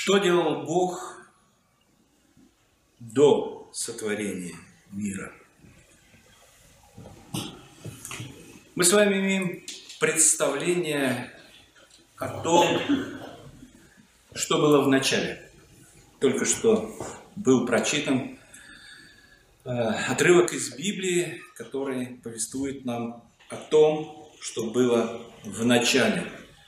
Что делал Бог до сотворения мира? Мы с вами имеем представление о том, что было в начале. Только что был прочитан отрывок из Библии, который повествует нам о том, что было в начале.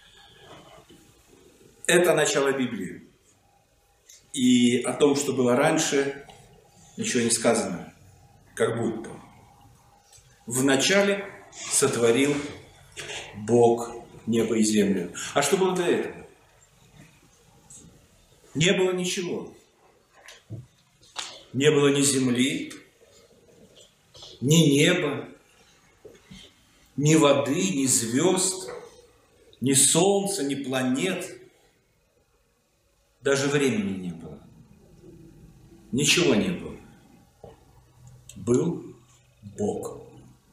Это начало Библии. И о том, что было раньше, ничего не сказано. Как будто. В начале сотворил Бог небо и землю. А что было до этого? Не было ничего. Не было ни земли, ни неба, ни воды, ни звезд, ни солнца, ни планет. Даже времени не было. Ничего не было. Был Бог.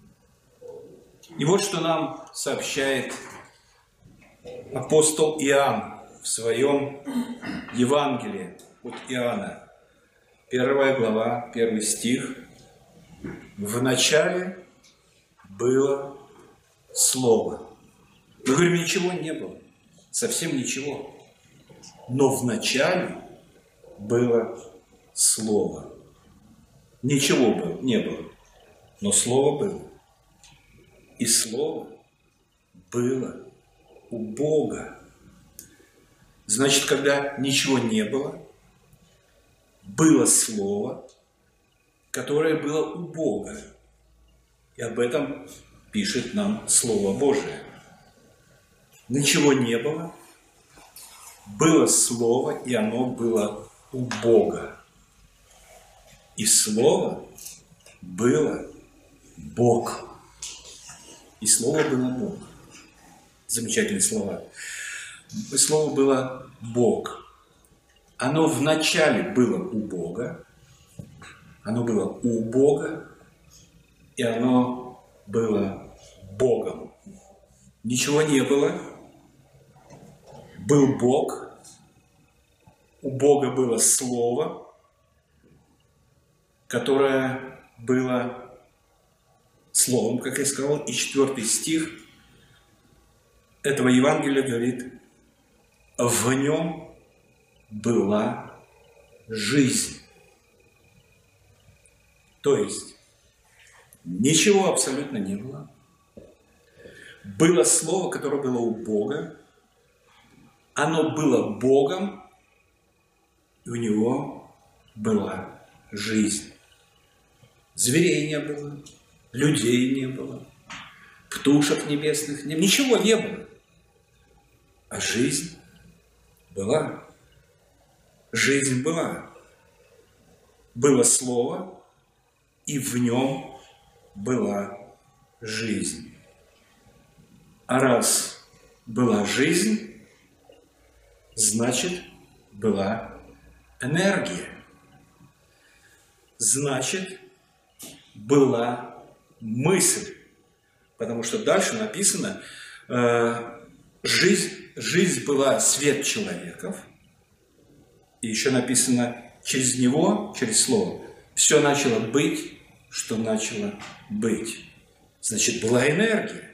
И вот что нам сообщает апостол Иоанн в своем Евангелии от Иоанна. 1 глава, 1 стих. В начале было Слово. Мы говорим, ничего не было. Совсем ничего. Но в начале было Слово. Ничего не было. Но Слово было. И Слово было у Бога. Значит, когда ничего не было, было Слово, которое было у Бога. И об этом пишет нам Слово Божие. Ничего не было, было Слово, и оно было у Бога. И Слово было Бог. И Слово было Бог. Замечательные слова. И Слово было Бог. Оно вначале было у Бога. Оно было у Бога. И оно было Богом. Ничего не было. Был Бог. У Бога было Слово, которое было Словом, как я сказал, и 4 стих этого Евангелия говорит: в нем была жизнь. То есть ничего абсолютно не было. Было Слово, которое было у Бога. Оно было Богом, и у него была жизнь. Зверей не было, людей не было, птушек небесных не было, ничего не было. А жизнь была. Жизнь была. Было Слово, и в нем была жизнь. А раз была жизнь, значит, была энергия. Значит, была мысль. Потому что дальше написано, жизнь была свет человеков. И еще написано, через него, через Слово, все начало быть, что начало быть. Значит, была энергия.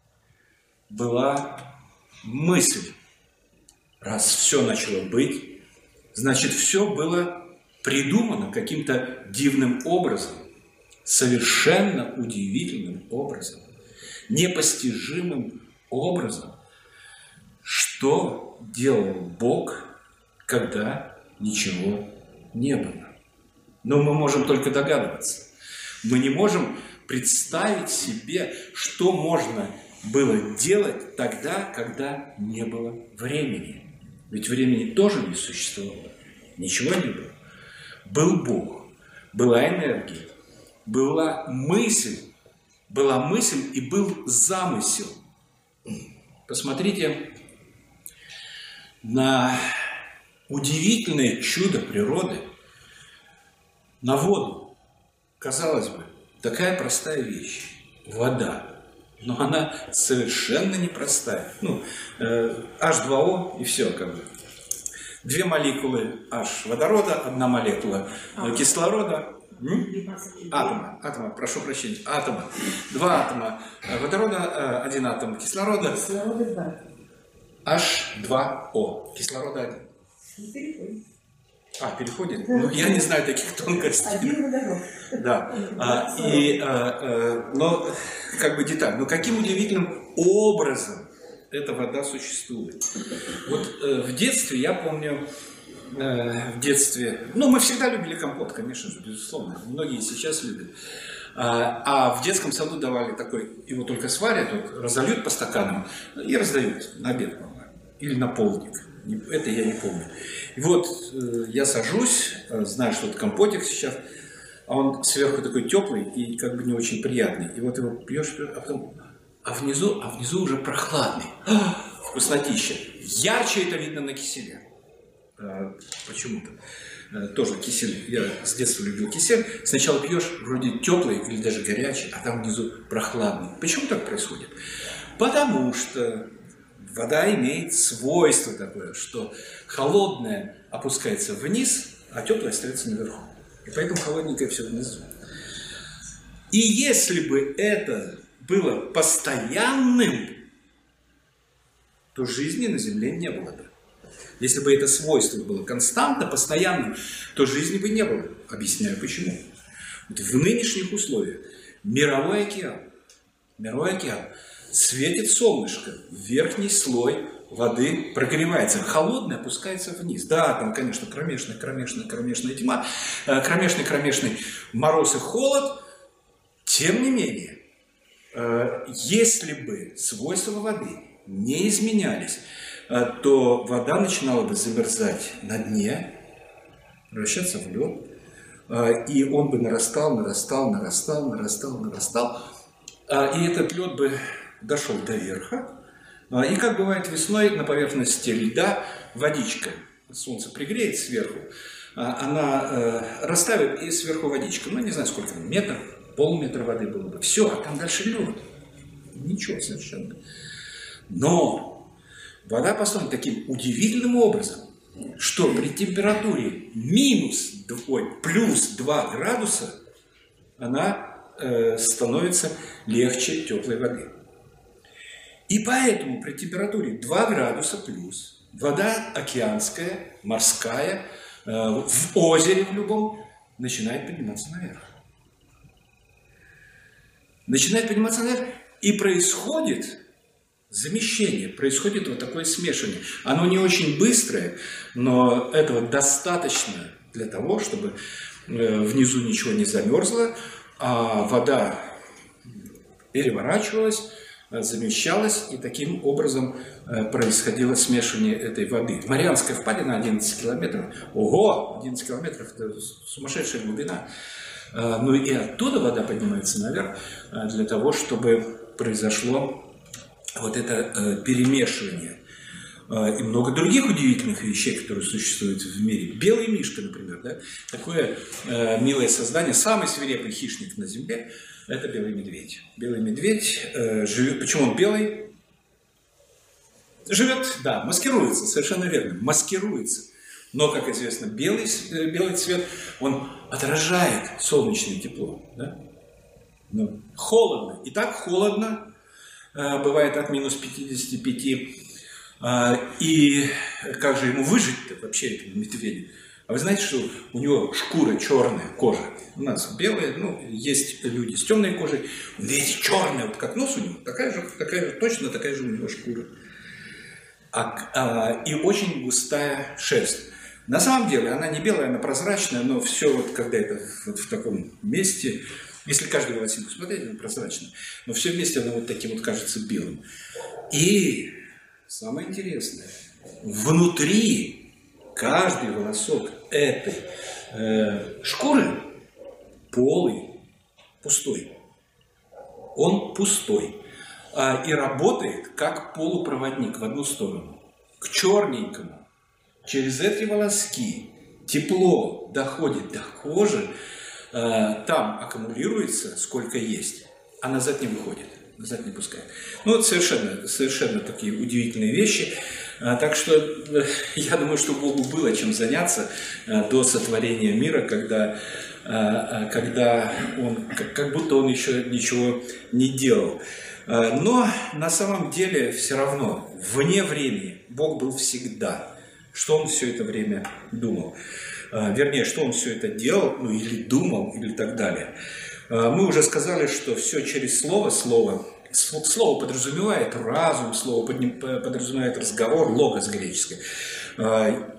Была мысль. Раз все начало быть, значит, все было придумано каким-то дивным образом, совершенно удивительным образом, непостижимым образом. Что делал Бог, когда ничего не было? Но мы можем только догадываться. Мы не можем представить себе, что можно было делать тогда, когда не было времени. Ведь времени тоже не существовало. Ничего не было. Был Бог, была энергия, была мысль и был замысел. Посмотрите на удивительное чудо природы, на воду. Казалось бы, такая простая вещь – вода. Но она совершенно непростая. H2O и все как бы. 2 молекулы H водорода, 1 молекула кислорода. Атома, прошу прощения, атома. 2 атома водорода, 1 атом кислорода. H2O. Кислорода 1. Переходит? Ну, я не знаю таких тонкостей. Да. Но как бы деталь. Но каким удивительным образом эта вода существует. Вот в детстве, я помню, мы всегда любили компот, конечно же, безусловно. Многие сейчас любят. А в детском саду давали такой, его только сварят, вот, разольют по стаканам и раздают на обед, по-моему, или на полдник. Это я не помню. И вот я сажусь, знаю, что это компотик сейчас, а он сверху такой теплый и как бы не очень приятный. И вот его пьешь, а потом, а внизу уже прохладный. Вкуснотища. Ярче это видно на киселе. Почему-то. Тоже кисель. Я с детства любил кисель. Сначала пьешь, вроде теплый или даже горячий, а там внизу прохладный. Почему так происходит? Потому что вода имеет свойство такое, что холодное опускается вниз, а теплое остается наверху. И поэтому холодненькое все внизу. И если бы это было постоянным, то жизни на Земле не было бы. Если бы это свойство было константно, постоянным, то жизни бы не было. Объясняю почему. Вот в нынешних условиях мировой океан, светит солнышко, верхний слой воды прогревается, холодное опускается вниз. Да, там, конечно, кромешная тьма, кромешный мороз и холод. Тем не менее, если бы свойства воды не изменялись, то вода начинала бы замерзать на дне, превращаться в лед, и он бы нарастал. И этот лед бы дошел до верха. И как бывает весной, на поверхности льда водичка. Солнце пригреет сверху, она растает, и сверху водичка. Ну, не знаю, сколько, метр, полметра воды было бы. Все, а там дальше лед. Ничего совершенно. Но вода построена таким удивительным образом, что при температуре плюс 2 градуса она становится легче теплой воды. И поэтому при температуре 2 градуса плюс вода океанская, морская, в озере в любом, начинает подниматься наверх. И происходит замещение, происходит вот такое смешивание. Оно не очень быстрое, но этого достаточно для того, чтобы внизу ничего не замерзло, а вода переворачивалась, замещалась, и таким образом происходило смешивание этой воды. Марианская впадина 11 километров. Ого! 11 километров – это сумасшедшая глубина. Ну и оттуда вода поднимается наверх для того, чтобы произошло вот это перемешивание. И много других удивительных вещей, которые существуют в мире. Белый мишка, например, да? Такое милое создание, самый свирепый хищник на Земле – это белый медведь. Белый медведь живет. Почему он белый? Живет, да, маскируется, совершенно верно, маскируется. Но, как известно, белый цвет, он отражает солнечное тепло. Да? Ну, холодно. И так холодно, бывает от минус 55. И как же ему выжить-то вообще, этому медведю? А вы знаете, что у него шкура черная, кожа. У нас белая, есть люди с темной кожей. У медведя черная, вот как нос у него, точно такая же у него шкура. И очень густая шерсть. На самом деле она не белая, она прозрачная, но все вот когда это вот в таком месте, если каждую волосинку смотреть, она прозрачная, но все вместе она вот таким вот кажется белым. И самое интересное, внутри каждый волосок этой шкуры полый, пустой. Он пустой. И работает как полупроводник в одну сторону, к черненькому. Через эти волоски тепло доходит до кожи, там аккумулируется сколько есть, а назад не выходит, назад не пускает. Ну, вот совершенно такие удивительные вещи. Так что я думаю, что Богу было чем заняться до сотворения мира, когда он, как будто он еще ничего не делал. Но на самом деле все равно, вне времени, Бог был всегда. Что он все это время думал? Вернее, что он все это делал, ну или думал, или так далее. Мы уже сказали, что все через слово подразумевает разум, слово подразумевает разговор, логос греческий. А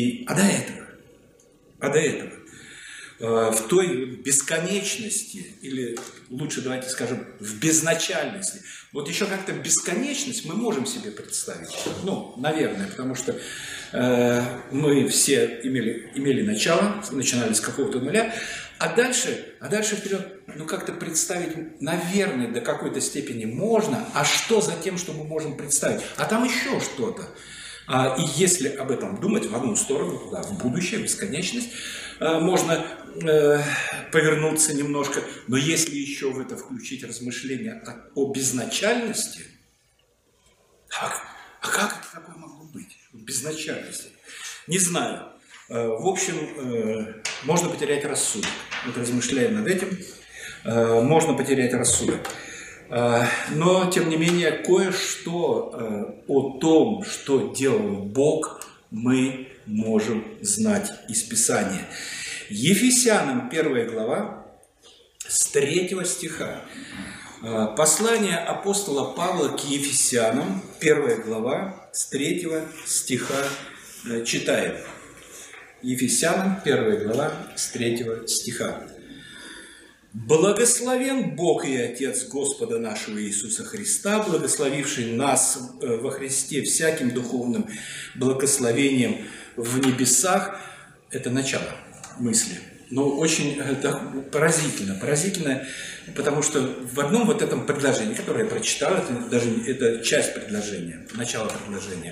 до этого, в той бесконечности, или лучше давайте скажем, в безначальности. Вот еще как-то бесконечность мы можем себе представить. Ну, наверное, потому что мы все имели начало, начинали с какого-то нуля, а дальше вперед, ну как-то представить, наверное, до какой-то степени можно, а что за тем, что мы можем представить? А там еще что-то. И если об этом думать в одну сторону, туда, в будущее, бесконечность, можно повернуться немножко, но если еще в это включить размышления о безначальности, как это такое могло быть? Безначальности? Не знаю. В общем, можно потерять рассудок. Вот размышляя над этим, можно потерять рассудок. Но, тем не менее, кое-что о том, что делал Бог, мы можем знать из Писания. Ефесянам 1 глава с 3 стиха. Послание апостола Павла к Ефесянам, 1 глава с 3 стиха читаем. Ефесянам, 1 глава с 3 стиха. «Благословен Бог и Отец Господа нашего Иисуса Христа, благословивший нас во Христе всяким духовным благословением в небесах». Это начало мысли. Но очень поразительно, потому что в одном вот этом предложении, которое я прочитал, это часть предложения, начало предложения,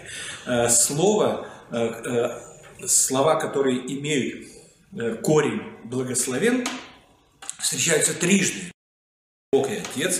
слова, которые имеют корень «благословен», встречаются трижды. Бог и Отец,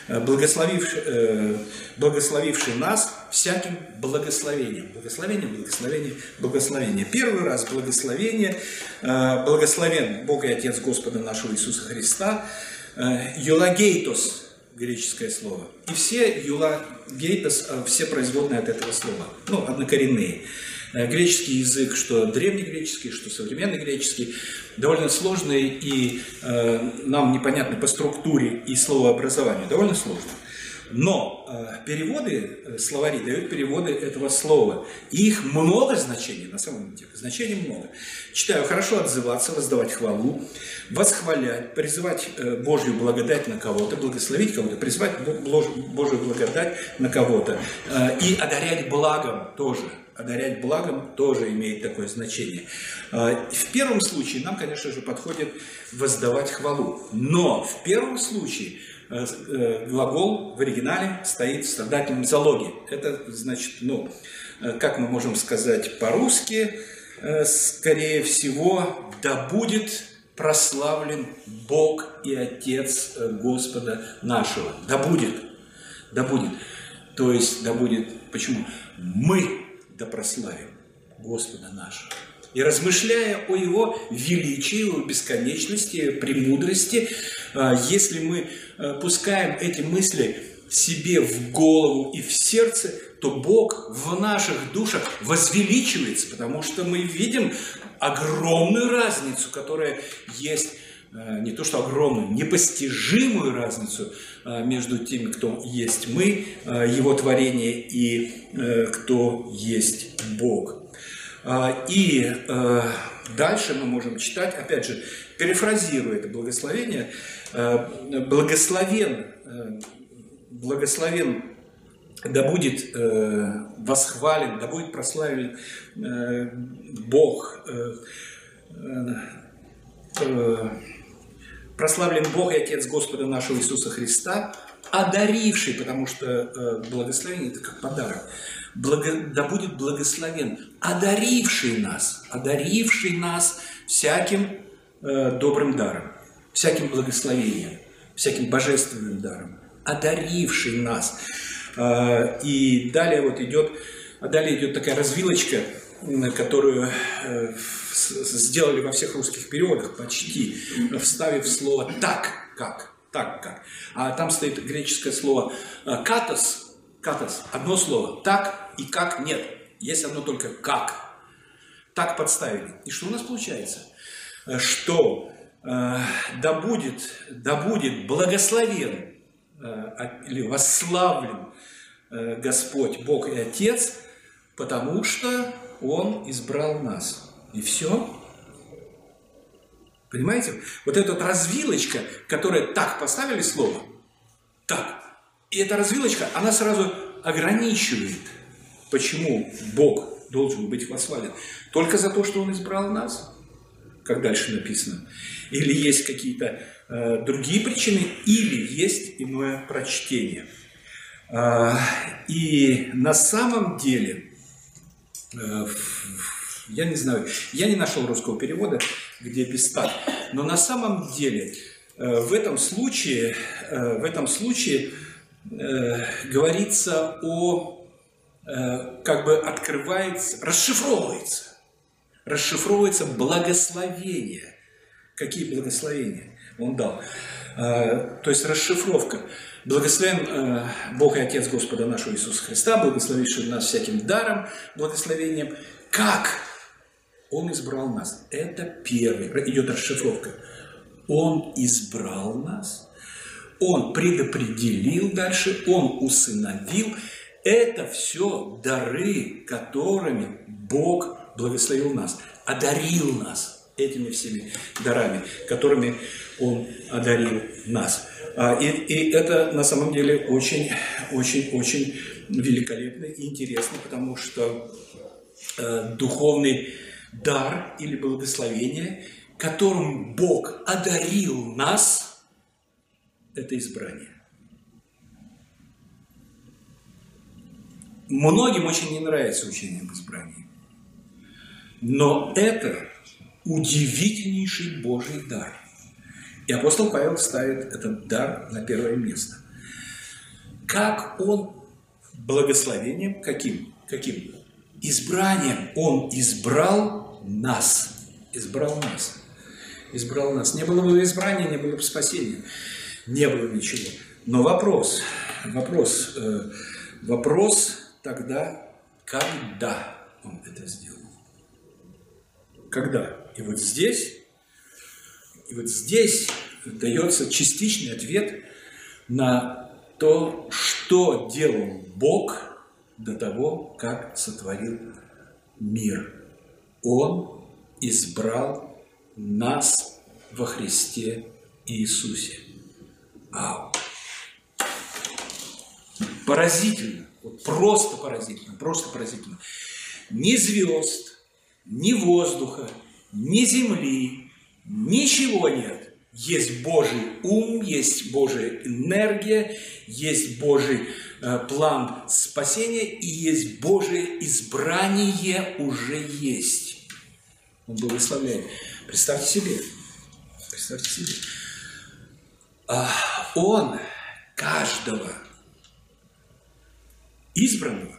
благословивший нас всяким благословением. Благословение. Первый раз благословение. Благословен Бог и Отец Господа нашего Иисуса Христа. Юлагейтос, греческое слово. И все юлагейтос, все производные от этого слова. Ну, однокоренные. Греческий язык, что древнегреческий, что современный греческий, довольно сложный и нам непонятны по структуре и словообразованию, довольно сложно. Но переводы, словари дают переводы этого слова. И их много значений, на самом деле, значений много. Читаю: хорошо отзываться, воздавать хвалу, восхвалять, призывать Божью благодать на кого-то, благословить кого-то, призывать Божью благодать на кого-то и одарять благом тоже. Одарять благом тоже имеет такое значение. В первом случае нам, конечно же, подходит воздавать хвалу. Но в первом случае глагол в оригинале стоит в страдательном залоге. Это значит, как мы можем сказать по-русски, скорее всего, да будет прославлен Бог и Отец Господа нашего. Да будет. То есть, да будет, почему? Мы да прославим Господа нашего. И размышляя о Его величии, о бесконечности, премудрости, если мы пускаем эти мысли себе в голову и в сердце, то Бог в наших душах возвеличивается, потому что мы видим огромную разницу, которая есть, не то что огромную, непостижимую разницу между теми, кто есть мы, Его творение, и кто есть Бог. И дальше мы можем читать, опять же, перефразируя это благословение: благословен да будет восхвален, да будет прославлен Бог, прославлен Бог и Отец Господа нашего Иисуса Христа, одаривший, потому что благословение – это как подарок, да будет благословен, одаривший нас всяким добрым даром, всяким благословением, всяким божественным даром, одаривший нас. И далее вот идет А далее идет такая развилочка, которую сделали во всех русских переводах почти, вставив слово «так как». Так как. А там стоит греческое слово «катос». «Катос» – одно слово. «Так» и «как» нет. Есть одно только «как». Так подставили. И что у нас получается? Что да будет благословен или восславлен Господь, Бог и Отец, потому что Он избрал нас. И все. Понимаете? Вот эта вот развилочка, которая так поставили слово, так. И эта развилочка, она сразу ограничивает, почему Бог должен быть восхвален. Только за то, что Он избрал нас, как дальше написано. Или есть какие-то другие причины, или есть иное прочтение. И на самом деле, я не знаю, я не нашел русского перевода, где без «так», но на самом деле в этом случае говорится о, как бы открывается, расшифровывается благословение. Какие благословения Он дал? То есть расшифровка. Благословен Бог и Отец Господа нашего Иисуса Христа, благословивший нас всяким даром, благословением. Как Он избрал нас? Это первый. Идет расшифровка. Он избрал нас. Он предопределил дальше. Он усыновил. Это все дары, которыми Бог благословил нас, одарил нас этими всеми дарами, которыми Он одарил нас. И это на самом деле очень великолепно и интересно, потому что духовный дар или благословение, которым Бог одарил нас, это избрание. Многим очень не нравится учение об избрании. Но это удивительнейший Божий дар. И апостол Павел ставит этот дар на первое место. Как он благословением, каким? Избранием он избрал нас. Избрал нас. Избрал нас. Не было бы избрания, не было бы спасения. Не было ничего. Но вопрос тогда, когда он это сделал? Когда? И вот здесь дается частичный ответ на то, что делал Бог до того, как сотворил мир. Он избрал нас во Христе Иисусе. Ау! Поразительно, вот просто поразительно. Ни звезд, ни воздуха, ни земли, ничего нет. Есть Божий ум, есть Божья энергия, есть Божий план спасения и есть Божие избрание уже есть. Он благословляет. Представьте себе. Он каждого избранного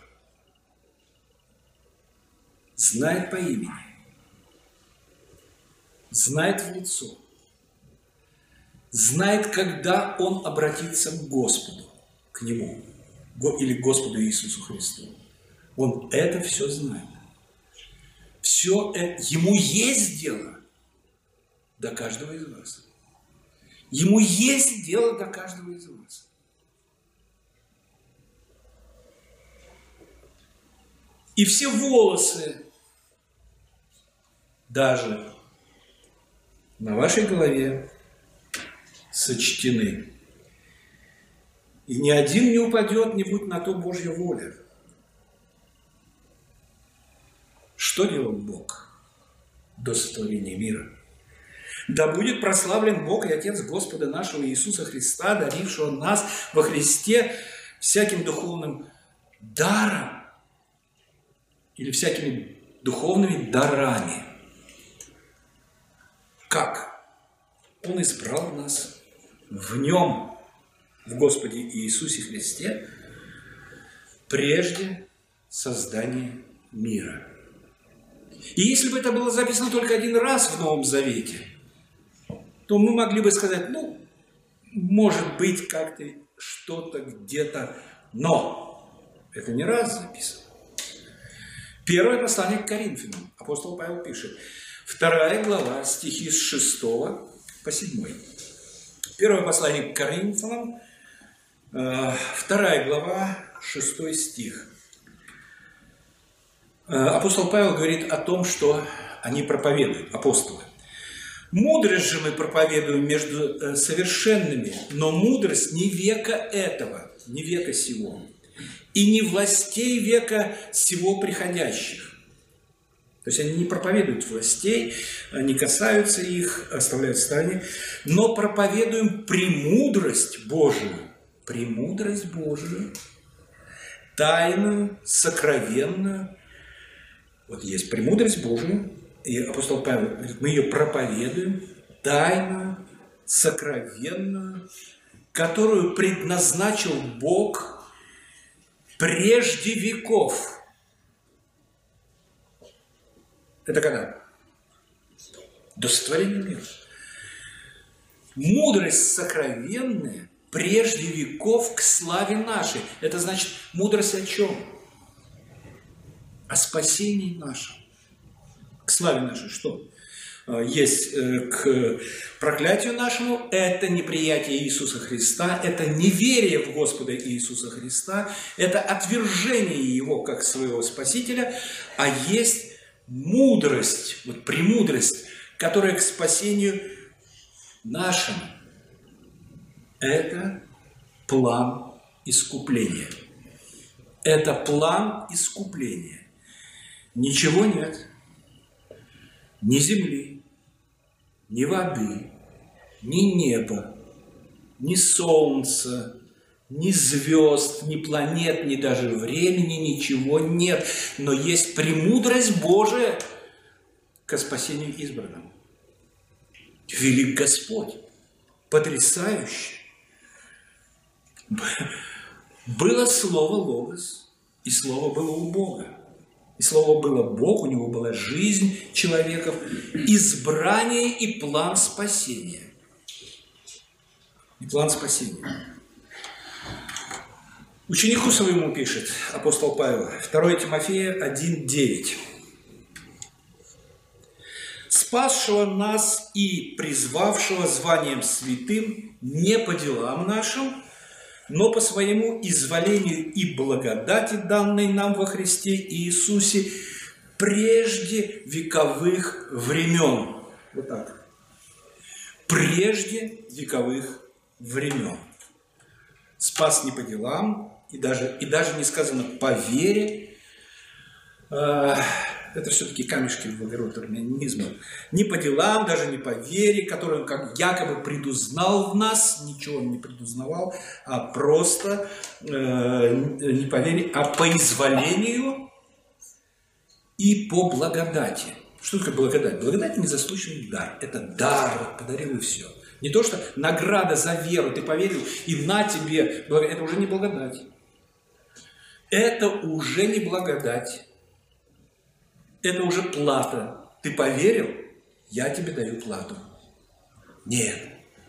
знает по имени, знает в лицо, знает, когда он обратится к Господу, к Нему, или к Господу Иисусу Христу. Он это все знает. Все это, ему есть дело до каждого из вас. Ему есть дело до каждого из вас. И все волосы, даже на вашей голове, сочтены. И ни один не упадет, не будь на то Божья воля. Что делал Бог до сотворения мира? Да будет прославлен Бог и Отец Господа нашего Иисуса Христа, дарившего нас во Христе всяким духовным даром или всякими духовными дарами. Как? Он избрал нас в Нем, в Господе Иисусе Христе, прежде создания мира. И если бы это было записано только один раз в Новом Завете, то мы могли бы сказать, ну, может быть, как-то что-то где-то, но это не раз записано. Первое послание к Коринфянам. Апостол Павел пишет. 2 глава, стихи с 6 по 7. Первое послание к Коринфянам, 2 глава, 6 стих. Апостол Павел говорит о том, что они проповедуют, апостолы. «Мудрость же мы проповедуем между совершенными, но мудрость не века этого, не века сего, и не властей века сего приходящих». То есть они не проповедуют властей, не касаются их, оставляют в стороне, но проповедуем премудрость Божию, тайную, сокровенную. Вот есть премудрость Божия, и апостол Павел говорит, мы ее проповедуем, тайную, сокровенную, которую предназначил Бог прежде веков. Это когда? До сотворения мира. Мудрость сокровенная прежде веков к славе нашей. Это значит мудрость о чем? О спасении нашем. К славе нашей что? Есть к проклятию нашему, это неприятие Иисуса Христа, это неверие в Господа Иисуса Христа, это отвержение Его как своего Спасителя, а есть мудрость, вот премудрость, которая к спасению нашему. Это план искупления. Это план искупления. Ничего нет. Ни земли, ни воды, ни неба, ни солнца, ни звезд, ни планет, ни даже времени, ничего нет. Но есть премудрость Божия ко спасению избранным. Велик Господь, потрясающе. Было слово Логос, и слово было у Бога. И слово было Бог, у него была жизнь человеков, избрание и план спасения. И план спасения. Ученику своему пишет апостол Павел, 2 Тимофея 1:9. «Спасшего нас и призвавшего званием святым не по делам нашим, но по своему изволению и благодати, данной нам во Христе Иисусе, прежде вековых времен». Вот так. Прежде вековых времен. Спас не по делам, и даже не сказано по вере. Это все-таки камешки в огород армянизма. Не по делам, даже не по вере, которую он как якобы предузнал в нас, ничего он не предузнавал, а просто не по вере, а по изволению и по благодати. Что такое благодать? Благодать – незаслуженный дар. Это дар, подарил и все. Не то, что награда за веру, ты поверил, и на тебе, это уже не благодать. Это уже не благодать. Это уже плата. Ты поверил, я тебе даю плату. Нет.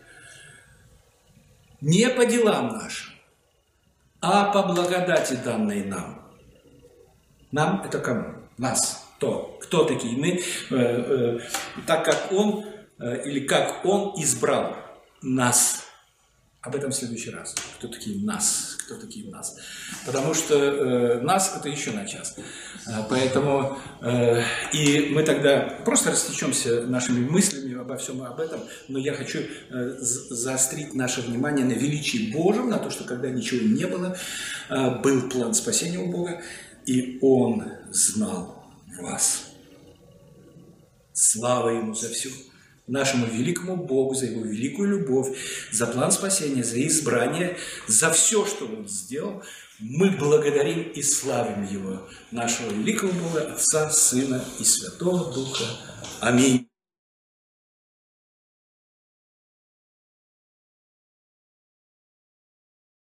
Не по делам нашим, а по благодати, данной нам. Нам это кому? Нас. Кто такие мы? Так как Он, или как Он избрал нас. Об этом в следующий раз. Кто такие нас? Кто такие нас? Потому что нас это еще на час. Поэтому и мы тогда просто растечемся нашими мыслями обо всем об этом, но я хочу заострить наше внимание на величии Божьем, на то, что когда ничего не было, был план спасения у Бога, и Он знал вас. Слава Ему за все. Нашему великому Богу, за Его великую любовь, за план спасения, за избрание, за все, что Он сделал, мы благодарим и славим Его, нашего великого Бога, Отца, Сына и Святого Духа. Аминь.